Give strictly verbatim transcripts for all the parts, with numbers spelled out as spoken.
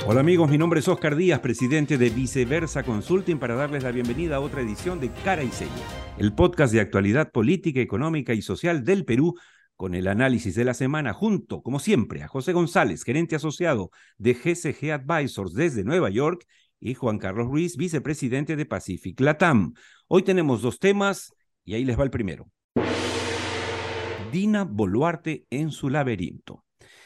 Hola amigos, mi nombre es Oscar Díaz, presidente de Viceversa Consulting, para darles la bienvenida a otra edición de Cara y Sello, el podcast de actualidad política, económica y social del Perú, con el análisis de la semana, junto, como siempre, a José González, gerente asociado de G C G Advisors desde Nueva York, y Juan Carlos Ruiz, vicepresidente de Pacific Latam. Hoy tenemos dos temas y ahí les va el primero. Dina Boluarte en su laberinto.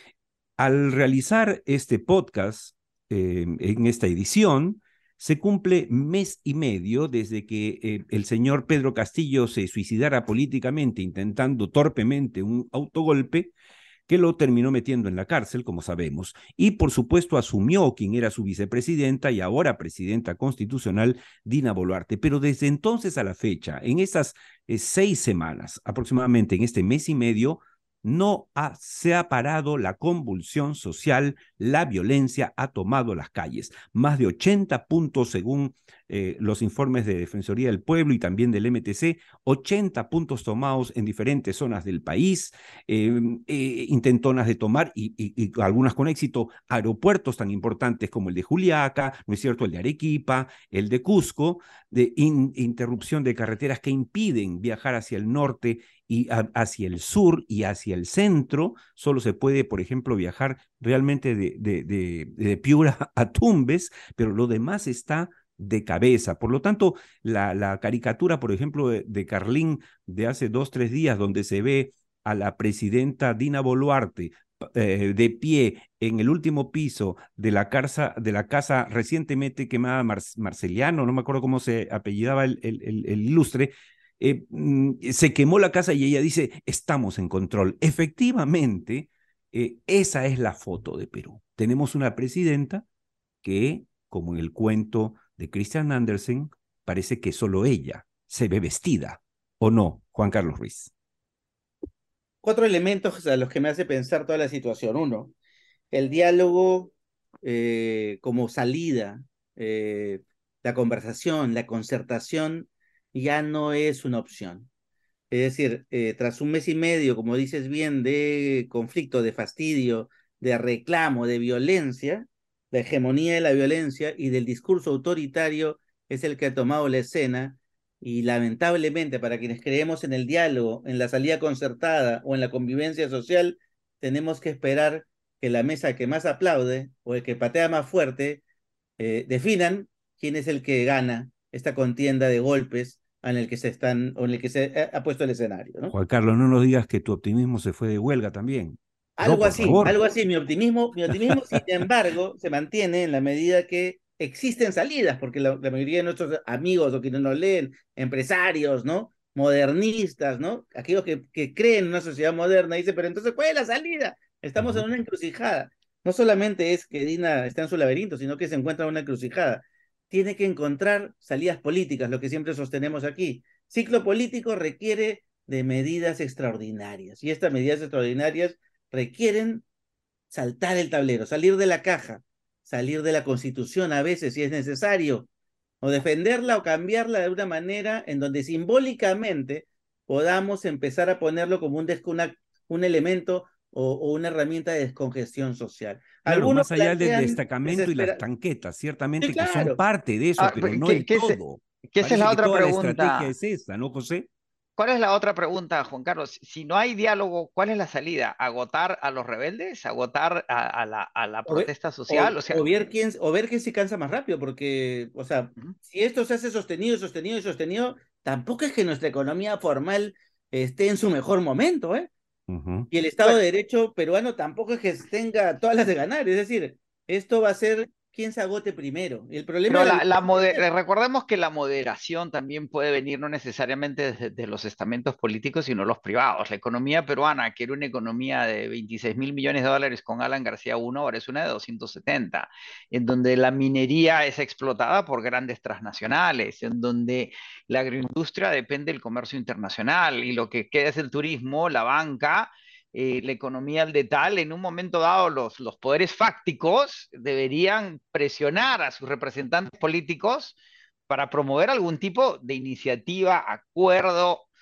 Al realizar este podcast, eh, en esta edición, se cumple mes y medio desde que eh, el señor Pedro Castillo se suicidara políticamente intentando torpemente un autogolpe que lo terminó metiendo en la cárcel, como sabemos, y por supuesto asumió quien era su vicepresidenta y ahora presidenta constitucional, Dina Boluarte. Pero desde entonces a la fecha, en estas eh, seis semanas, aproximadamente en este mes y medio, no ha, se ha parado la convulsión social, la violencia ha tomado las calles. Más de ochenta puntos según eh, los informes de Defensoría del Pueblo y también del M T C, ochenta puntos tomados en diferentes zonas del país, eh, eh, intentonas de tomar, y, y, y algunas con éxito, aeropuertos tan importantes como el de Juliaca, ¿no es cierto?, el de Arequipa, el de Cusco, de in, interrupción de carreteras que impiden viajar hacia el norte y a, hacia el sur y hacia el centro. Solo se puede, por ejemplo, viajar realmente de, de, de, de Piura a Tumbes, pero lo demás está de cabeza. Por lo tanto, la, la caricatura, por ejemplo, de, de Carlín de hace dos, tres días, donde se ve a la presidenta Dina Boluarte eh, de pie en el último piso de la casa, de la casa recientemente quemada Mar Marceliano, no me acuerdo cómo se apellidaba el, el, el, el ilustre, eh, se quemó la casa y ella dice, estamos en control. Efectivamente, eh, esa es la foto de Perú. Tenemos una presidenta que, como en el cuento de Christian Andersen, parece que solo ella se ve vestida, ¿o no, Juan Carlos Ruiz? Cuatro elementos a los que me hace pensar toda la situación. Uno, el diálogo eh, como salida, eh, la conversación, la concertación ya no es una opción. Es decir, eh, tras un mes y medio, como dices bien, de conflicto, de fastidio, de reclamo, de violencia, la hegemonía de la violencia y del discurso autoritario es el que ha tomado la escena. Y lamentablemente, para quienes creemos en el diálogo, en la salida concertada o en la convivencia social, tenemos que esperar que la mesa que más aplaude o el que patea más fuerte eh, definan quién es el que gana esta contienda de golpes en el que se están, o en el que se ha, ha puesto el escenario, ¿no? Juan Carlos, no nos digas que tu optimismo se fue de huelga también. No, Algo por así, favor. algo así. Mi optimismo, mi optimismo, sin embargo, se mantiene en la medida que existen salidas, porque la, la mayoría de nuestros amigos o quienes nos leen, empresarios, ¿no? Modernistas, ¿no? Aquellos que, que creen en una sociedad moderna, dicen, pero entonces, ¿cuál es la salida? Uh Estamos en -huh. una encrucijada. No solamente es que Dina está en su laberinto, sino que se encuentra en una encrucijada. Tiene que encontrar salidas políticas, lo que siempre sostenemos aquí. Ciclo político requiere de medidas extraordinarias, y estas medidas extraordinarias requieren saltar el tablero, salir de la caja, salir de la Constitución a veces si es necesario, o defenderla o cambiarla de una manera en donde simbólicamente podamos empezar a ponerlo como un, una, un elemento o, o, una herramienta de descongestión social. Claro, Algunos más allá del plantean destacamento y las desesperar. tanquetas, Sí, ciertamente que son claro. parte de eso, Ah, pero no ¿qué, el qué es, todo. qué esa es Parece la que otra toda la estrategia pregunta? es esa, ¿no, José? ¿Cuál es la otra pregunta, Juan Carlos? Si no hay diálogo, ¿cuál es la salida? ¿Agotar a los rebeldes? ¿Agotar a, a la, a la O ver, protesta o, social? O o sea, ver quién, o ver quién se cansa más rápido, porque, o sea, ujú. si esto se hace sostenido, sostenido y sostenido, tampoco es que nuestra economía formal esté en su mejor momento, ¿eh? Uh -huh. Y el Estado Bueno, de Derecho peruano tampoco es que tenga todas las de ganar. Es decir, esto va a ser quién se agote primero. Y el problema de pero la la, la violencia moder- es recordemos que la moderación también puede venir no necesariamente desde de los estamentos políticos, sino los privados. La economía peruana, que era una economía de veintiséis mil millones de dólares con Alan García uno, ahora es una de doscientos setenta, en donde la minería es explotada por grandes transnacionales, en donde la agroindustria depende del comercio internacional y lo que queda es el turismo, la banca, eh, la economía al de tal. En un momento dado los, los poderes fácticos deberían presionar a sus representantes políticos para promover algún tipo de iniciativa, acuerdo,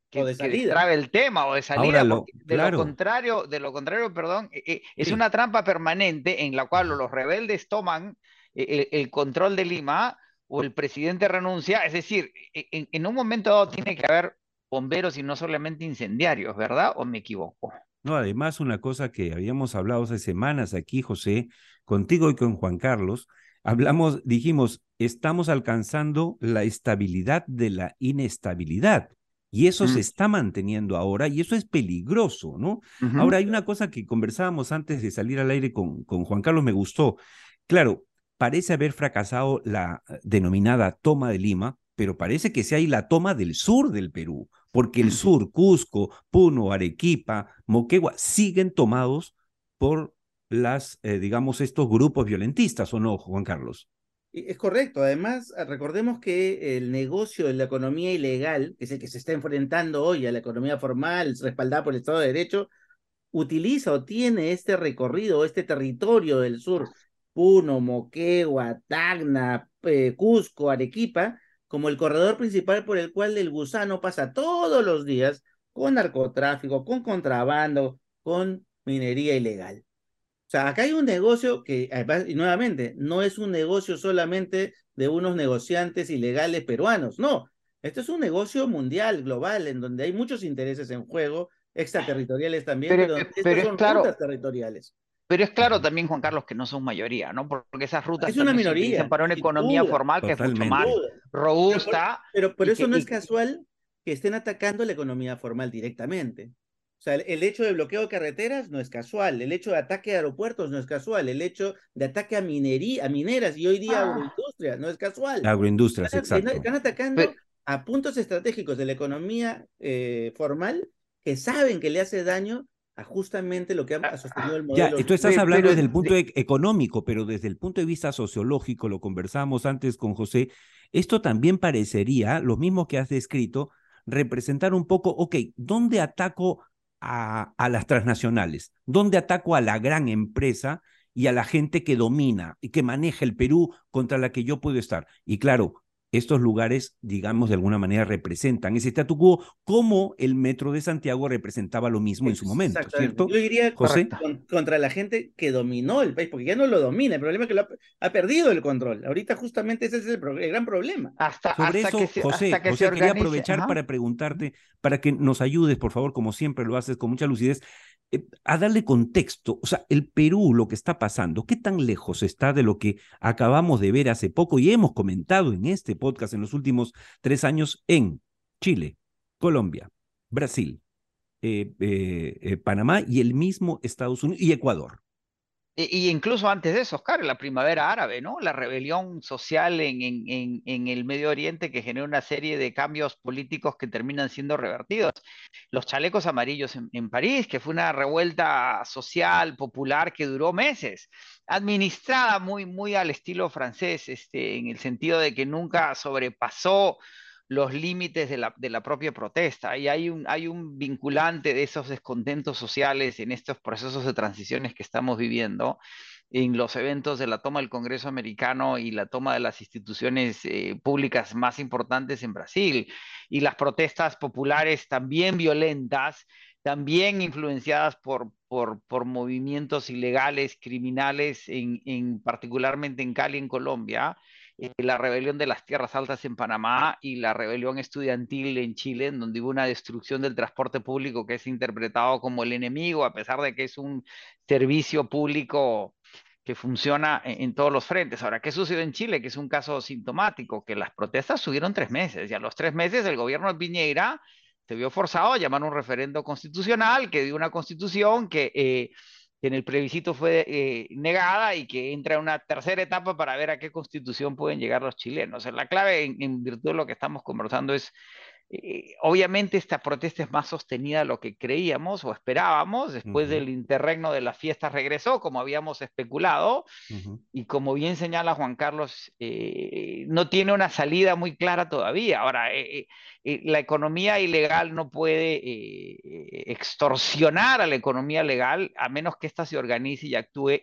o que, de que salida. destrabe el tema o de Ahora salida, lo, porque de lo claro, contrario, de lo contrario, perdón, eh, eh, es sí. una trampa permanente en la cual los rebeldes toman eh, el, el control de Lima o el presidente renuncia, es decir, e, en, en un momento dado tiene que haber bomberos y no solamente incendiarios, ¿verdad? ¿O me equivoco? No, además, una cosa que habíamos hablado hace semanas aquí, José, contigo y con Juan Carlos, hablamos, dijimos, estamos alcanzando la estabilidad de la inestabilidad. Y eso se Mm, está manteniendo ahora y eso es peligroso, ¿no? ujú. Ahora, hay una cosa que conversábamos antes de salir al aire con, con Juan Carlos, me gustó. Claro, parece haber fracasado la eh, denominada toma de Lima, pero parece que sí hay la toma del sur del Perú, porque el sur, Cusco, Puno, Arequipa, Moquegua, siguen tomados por las, eh, digamos, estos grupos violentistas, ¿o no, Juan Carlos? Y es correcto. Además, ah, recordemos que el negocio de la economía ilegal, que es el que se está enfrentando hoy a la economía formal, respaldada por el Estado de Derecho, utiliza o tiene este recorrido, este territorio del sur, Puno, Moquegua, Tacna, eh, Cusco, Arequipa, como el corredor principal por el cual el gusano pasa todos los días con narcotráfico, con contrabando, con minería ilegal. O sea, acá hay un negocio que, además, y nuevamente, no es un negocio solamente de unos negociantes ilegales peruanos, no. Esto es un negocio mundial, global, en donde hay muchos intereses en juego, extraterritoriales también, Pero, pero donde pero estas es son rutas claro, territoriales. pero es claro Ujú. también, Juan Carlos, que no son mayoría, ¿no? Porque esas rutas Es una también se utilizan minoría, para una sin economía duda, formal que es mucho sin más Totalmente. duda. Pero por, robusta pero por y eso que, no es y- casual que estén atacando la economía formal directamente. O sea, el, el hecho de bloqueo de carreteras no es casual, el hecho de ataque a aeropuertos no es casual, el hecho de ataque a minería, a mineras y hoy día a ah, agroindustria no es casual. Agroindustrias, Están, exacto. están atacando pe- a puntos estratégicos de la economía eh, formal que saben que le hace daño a justamente lo que ha, ha sostenido el Ya, modelo tú estás pe- social. hablando pero, desde el punto de- e- económico, pero desde el punto de vista sociológico, lo conversábamos antes con José, esto también parecería, lo mismo que has descrito, representar un poco, ok, ¿dónde ataco a, a las transnacionales? ¿Dónde ataco a la gran empresa y a la gente que domina y que maneja el Perú contra la que yo puedo estar? Y claro, estos lugares, digamos, de alguna manera representan ese statu quo como el Metro de Santiago representaba lo mismo en su momento, Exactamente. ¿cierto, Yo diría José? correcto. con- contra la gente que dominó el país, porque ya no lo domina. El problema es que lo ha, ha perdido el control. Ahorita justamente ese es el, pro- el gran problema. Hasta, Sobre hasta que eso, se, hasta José, que se José, quería organice. aprovechar Ajá. para preguntarte, para que nos ayudes, por favor, como siempre lo haces con mucha lucidez, eh, a darle contexto. O sea, el Perú, lo que está pasando, ¿qué tan lejos está de lo que acabamos de ver hace poco y hemos comentado en este podcast en los últimos tres años en Chile, Colombia, Brasil, eh, eh, eh, Panamá y el mismo Estados Unidos y Ecuador? Y, y incluso antes de eso, Oscar, la primavera árabe, ¿no? La rebelión social en, en, en, en el Medio Oriente que genera una serie de cambios políticos que terminan siendo revertidos. Los chalecos amarillos en, en París, que fue una revuelta social, popular, que duró meses, administrada muy, muy al estilo francés, este, en el sentido de que nunca sobrepasó los límites de la, de la propia protesta. Y hay un, hay un vinculante de esos descontentos sociales en estos procesos de transiciones que estamos viviendo, en los eventos de la toma del Congreso americano y la toma de las instituciones eh, públicas más importantes en Brasil, y las protestas populares también violentas, también influenciadas por, por, por movimientos ilegales, criminales, en, en, particularmente en Cali, en Colombia, eh, la rebelión de las tierras altas en Panamá y la rebelión estudiantil en Chile, en donde hubo una destrucción del transporte público que es interpretado como el enemigo, a pesar de que es un servicio público que funciona en, en todos los frentes. Ahora, ¿qué sucedió en Chile? Que es un caso sintomático, que las protestas subieron tres meses y a los tres meses el gobierno de Piñera se vio forzado a llamar un referendo constitucional que dio una constitución que eh, que en el plebiscito fue eh, negada y que entra en una tercera etapa para ver a qué constitución pueden llegar los chilenos. La clave, en, en virtud de lo que estamos conversando, es eh, obviamente esta protesta es más sostenida de lo que creíamos o esperábamos. Uh Después -huh, del interregno de las fiestas regresó, como habíamos especulado, uh -huh. y como bien señala Juan Carlos, eh, no tiene una salida muy clara todavía. Ahora, eh, eh, la economía ilegal no puede eh, extorsionar a la economía legal a menos que ésta se organice y actúe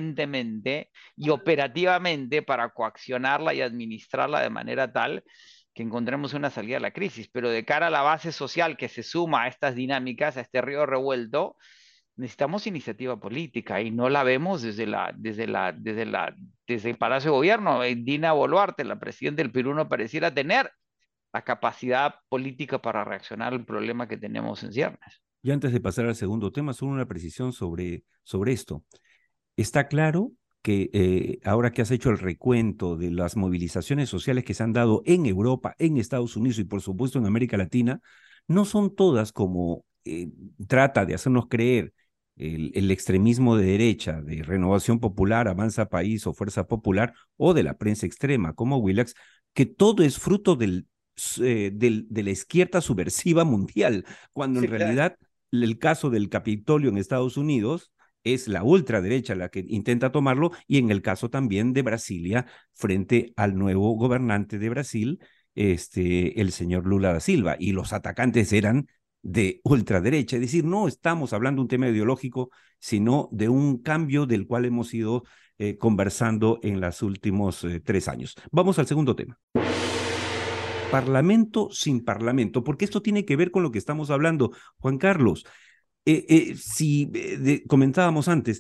inteligentemente y operativamente para coaccionarla y administrarla de manera tal que encontremos una salida a la crisis, pero de cara a la base social que se suma a estas dinámicas, a este río revuelto, necesitamos iniciativa política y no la vemos desde la, desde la, desde la, desde el Palacio de Gobierno. Eh, Dina Boluarte, la presidenta del Perú, no pareciera tener la capacidad política para reaccionar al problema que tenemos en ciernes. Y antes de pasar al segundo tema, solo una precisión sobre, sobre esto. Está claro que eh, ahora que has hecho el recuento de las movilizaciones sociales que se han dado en Europa, en Estados Unidos y por supuesto en América Latina, no son todas como eh, trata de hacernos creer el, el extremismo de derecha, de Renovación Popular, Avanza País o Fuerza Popular, o de la prensa extrema como Willax, que todo es fruto del, eh, del, de la izquierda subversiva mundial, cuando en Sí, claro. realidad el caso del Capitolio en Estados Unidos es la ultraderecha la que intenta tomarlo, y en el caso también de Brasilia, frente al nuevo gobernante de Brasil, este, el señor Lula da Silva, y los atacantes eran de ultraderecha. Es decir, no estamos hablando de un tema ideológico, sino de un cambio del cual hemos ido eh, conversando en los últimos eh, tres años. Vamos al segundo tema. Parlamento sin parlamento, porque esto tiene que ver con lo que estamos hablando, Juan Carlos. Eh, eh, si eh, de, comentábamos antes,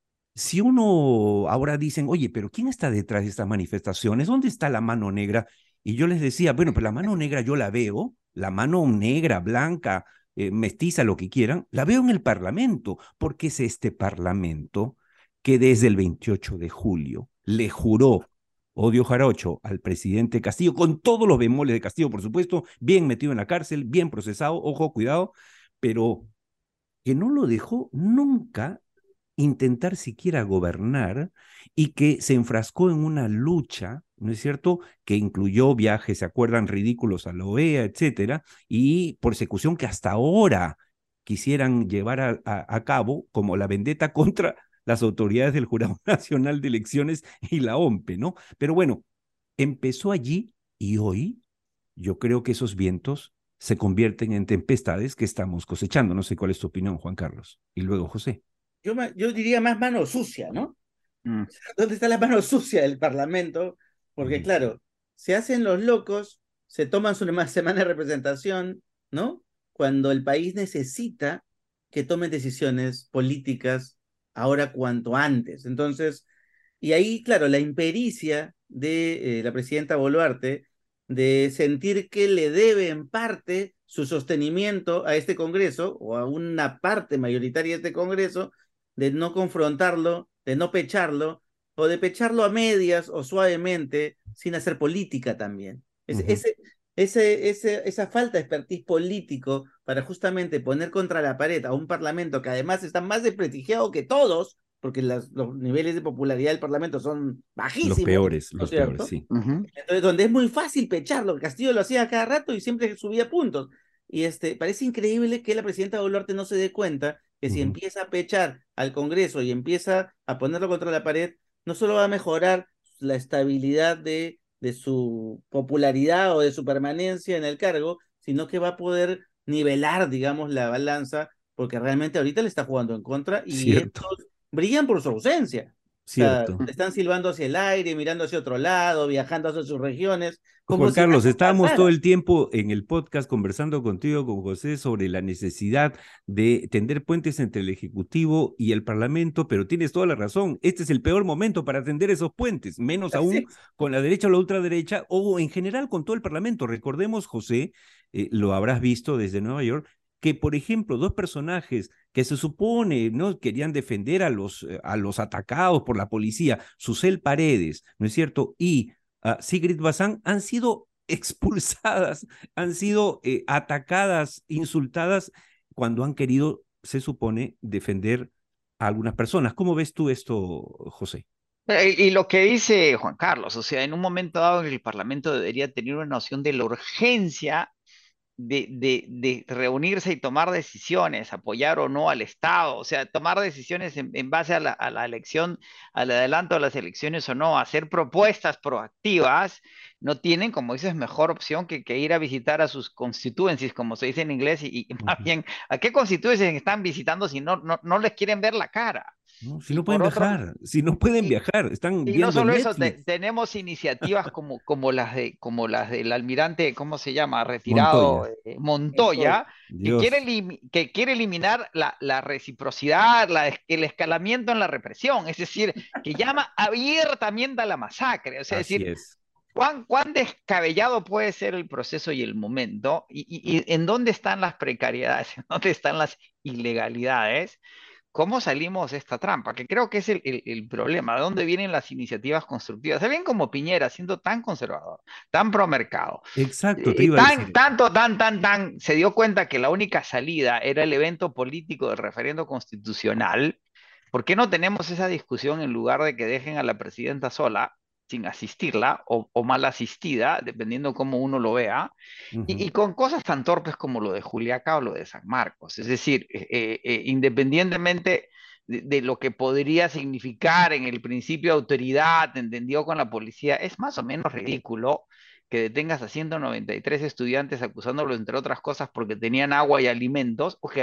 si uno ahora dicen, oye, pero ¿quién está detrás de estas manifestaciones? ¿Dónde está la mano negra? Y yo les decía, bueno, pues la mano negra yo la veo, la mano negra, blanca, eh, mestiza, lo que quieran, la veo en el Parlamento, porque es este Parlamento que desde el veintiocho de julio le juró odio jarocho al presidente Castillo, con todos los bemoles de Castillo, por supuesto, bien metido en la cárcel, bien procesado, ojo, cuidado, pero que no lo dejó nunca intentar siquiera gobernar, y que se enfrascó en una lucha, ¿no es cierto?, que incluyó viajes, ¿se acuerdan?, ridículos a la O E A, etcétera, y persecución que hasta ahora quisieran llevar a, a, a cabo, como la vendetta contra las autoridades del Jurado Nacional de Elecciones y la O M P E, ¿no? Pero bueno, empezó allí, y hoy yo creo que esos vientos se convierten en tempestades que estamos cosechando. No sé cuál es tu opinión, Juan Carlos. Y luego José. Yo, yo diría más mano sucia, ¿no? Mm. ¿Dónde está la mano sucia del Parlamento? Porque, claro, se hacen los locos, se toman su semana de representación, ¿no? Cuando el país necesita que tomen decisiones políticas ahora cuanto antes. Entonces, y ahí, claro, la impericia de eh, la presidenta Boluarte de sentir que le debe en parte su sostenimiento a este Congreso, o a una parte mayoritaria de este Congreso, de no confrontarlo, de no pecharlo, o de pecharlo a medias o suavemente, sin hacer política también. Es, uh-huh. ese, ese, ese, esa falta de expertise político para justamente poner contra la pared a un parlamento que además está más desprestigiado que todos, porque las, los niveles de popularidad del Parlamento son bajísimos. Los peores, los peores, sí. Uh-huh. Entonces, donde es muy fácil pecharlo, Castillo lo hacía cada rato y siempre subía puntos. Y este, parece increíble que la presidenta Boluarte no se dé cuenta que si uh-huh. empieza a pechar al Congreso y empieza a ponerlo contra la pared, no solo va a mejorar la estabilidad de, de su popularidad o de su permanencia en el cargo, sino que va a poder nivelar, digamos, la balanza, porque realmente ahorita le está jugando en contra y Cierto. estos brillan por su ausencia. Cierto. O sea, están silbando hacia el aire, mirando hacia otro lado, viajando hacia sus regiones. Como Juan si Carlos, estábamos pasara. todo el tiempo en el podcast conversando contigo, con José, sobre la necesidad de tender puentes entre el Ejecutivo y el Parlamento, pero tienes toda la razón. Este es el peor momento para tender esos puentes, menos aún Sí. con la derecha o la ultraderecha, o en general con todo el Parlamento. Recordemos, José, eh, lo habrás visto desde Nueva York, que, por ejemplo, dos personajes que se supone no querían defender a los, a los atacados por la policía, Susel Paredes, ¿no es cierto?, y uh, Sigrid Bazán, han sido expulsadas, han sido eh, atacadas, insultadas, cuando han querido, se supone, defender a algunas personas. ¿Cómo ves tú esto, José? Y lo que dice Juan Carlos, o sea, en un momento dado el Parlamento debería tener una noción de la urgencia De, de, de reunirse y tomar decisiones, apoyar o no al Estado, o sea, tomar decisiones en, en base a la, a la elección, al adelanto de las elecciones o no, hacer propuestas proactivas, no tienen, como dices, mejor opción que, que ir a visitar a sus constituencies, como se dice en inglés, y, y más bien, ¿a qué constituencies están visitando si no, no, no les quieren ver la cara? No, si Y no pueden por otro, viajar, si no pueden y, viajar, están y no viendo solo eso, te- Netflix. tenemos iniciativas como, como las de, como las del almirante, ¿cómo se llama? Retirado Montoya, eh, Montoya. Montoya, que quiere, Dios, elimi- que quiere eliminar la, la reciprocidad, la es- el escalamiento en la represión, es decir, que llama abiertamente a la masacre. O sea, es así decir, es. ¿cuán, cuán descabellado puede ser el proceso y el momento? ¿Y, y- y en dónde están las precariedades? ¿En dónde están las ilegalidades? ¿Cómo salimos de esta trampa? Que creo que es el, el- el problema. ¿De dónde vienen las iniciativas constructivas? Alguien como Piñera, siendo tan conservador, tan promercado, Exacto, te eh, iba a tan, decir. tanto, tan, tan, tan, se dio cuenta que la única salida era el evento político del referendo constitucional. ¿Por qué no tenemos esa discusión en lugar de que dejen a la presidenta sola, sin asistirla, o, o mal asistida, dependiendo cómo uno lo vea? Y, Ujú. y con cosas tan torpes como lo de Juliaca o lo de San Marcos. Es decir, eh, eh, eh, independientemente de, de lo que podría significar en el principio de autoridad, entendido con la policía, es más o menos ridículo que detengas a ciento noventa y tres estudiantes acusándolos, entre otras cosas, porque tenían agua y alimentos, ok,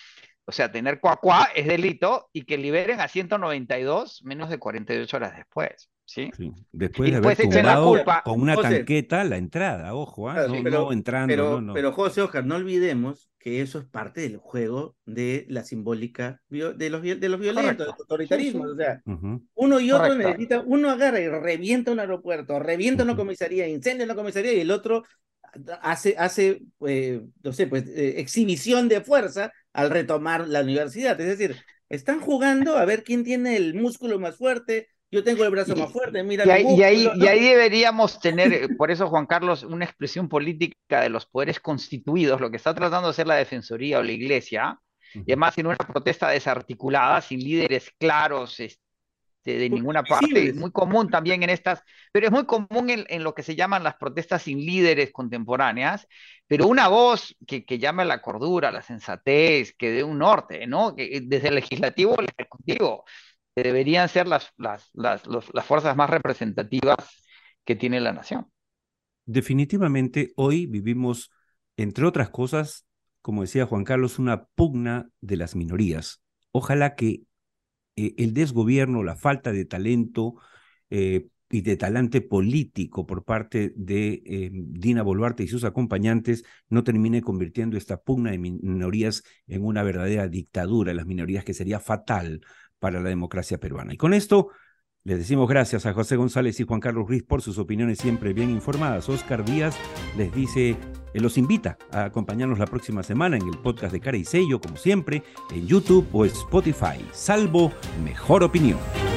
o sea, tener cuacuá es delito y que liberen a ciento noventa y dos menos de cuarenta y ocho horas después, ¿sí? Sí, después Y de haber después echen Pero, la tumbado pero, culpa. con una José, tanqueta la entrada, ojo, ¿ah? claro, No, Sí, no pero, entrando, no, pero, no. pero José Oscar, no olvidemos que eso es parte del juego de la simbólica vio- de los, vi- de los violentos, de los correcto. Sí, autoritarismos. sí, O sea, Ujú. uno y otro correcto. necesita, uno agarra y revienta un aeropuerto, revienta una Ujú. comisaría, incendia una comisaría y el otro hace, hace eh, no sé, pues, eh, exhibición de fuerza al retomar la universidad. Es decir, están jugando a ver quién tiene el músculo más fuerte. Yo tengo el brazo más Y, fuerte, mira y mi ahí, y músculo, ahí, y ¿no? ahí deberíamos tener, eh, por eso Juan Carlos, una expresión política de los poderes constituidos, lo que está tratando de hacer la Defensoría o la Iglesia, y Ujú. además en una protesta desarticulada, sin líderes claros este, de ninguna parte, Visibles. muy común también en estas, pero es muy común en, en lo que se llaman las protestas sin líderes contemporáneas, pero una voz que, que llame a la cordura, a la sensatez, que dé un norte, ¿no? Que, desde el legislativo al ejecutivo que deberían ser las, las, las, los- las fuerzas más representativas que tiene la nación. Definitivamente hoy vivimos, entre otras cosas, como decía Juan Carlos, una pugna de las minorías. Ojalá que eh, el desgobierno, la falta de talento eh, y de talante político por parte de eh, Dina Boluarte y sus acompañantes no termine convirtiendo esta pugna de minorías en una verdadera dictadura, las minorías que sería fatal para la democracia peruana. Y con esto les decimos gracias a José González y Juan Carlos Ruiz por sus opiniones siempre bien informadas. Oscar Díaz les dice, eh, los invita a acompañarnos la próxima semana en el podcast de Cara y Sello, como siempre, en YouTube o Spotify, salvo mejor opinión.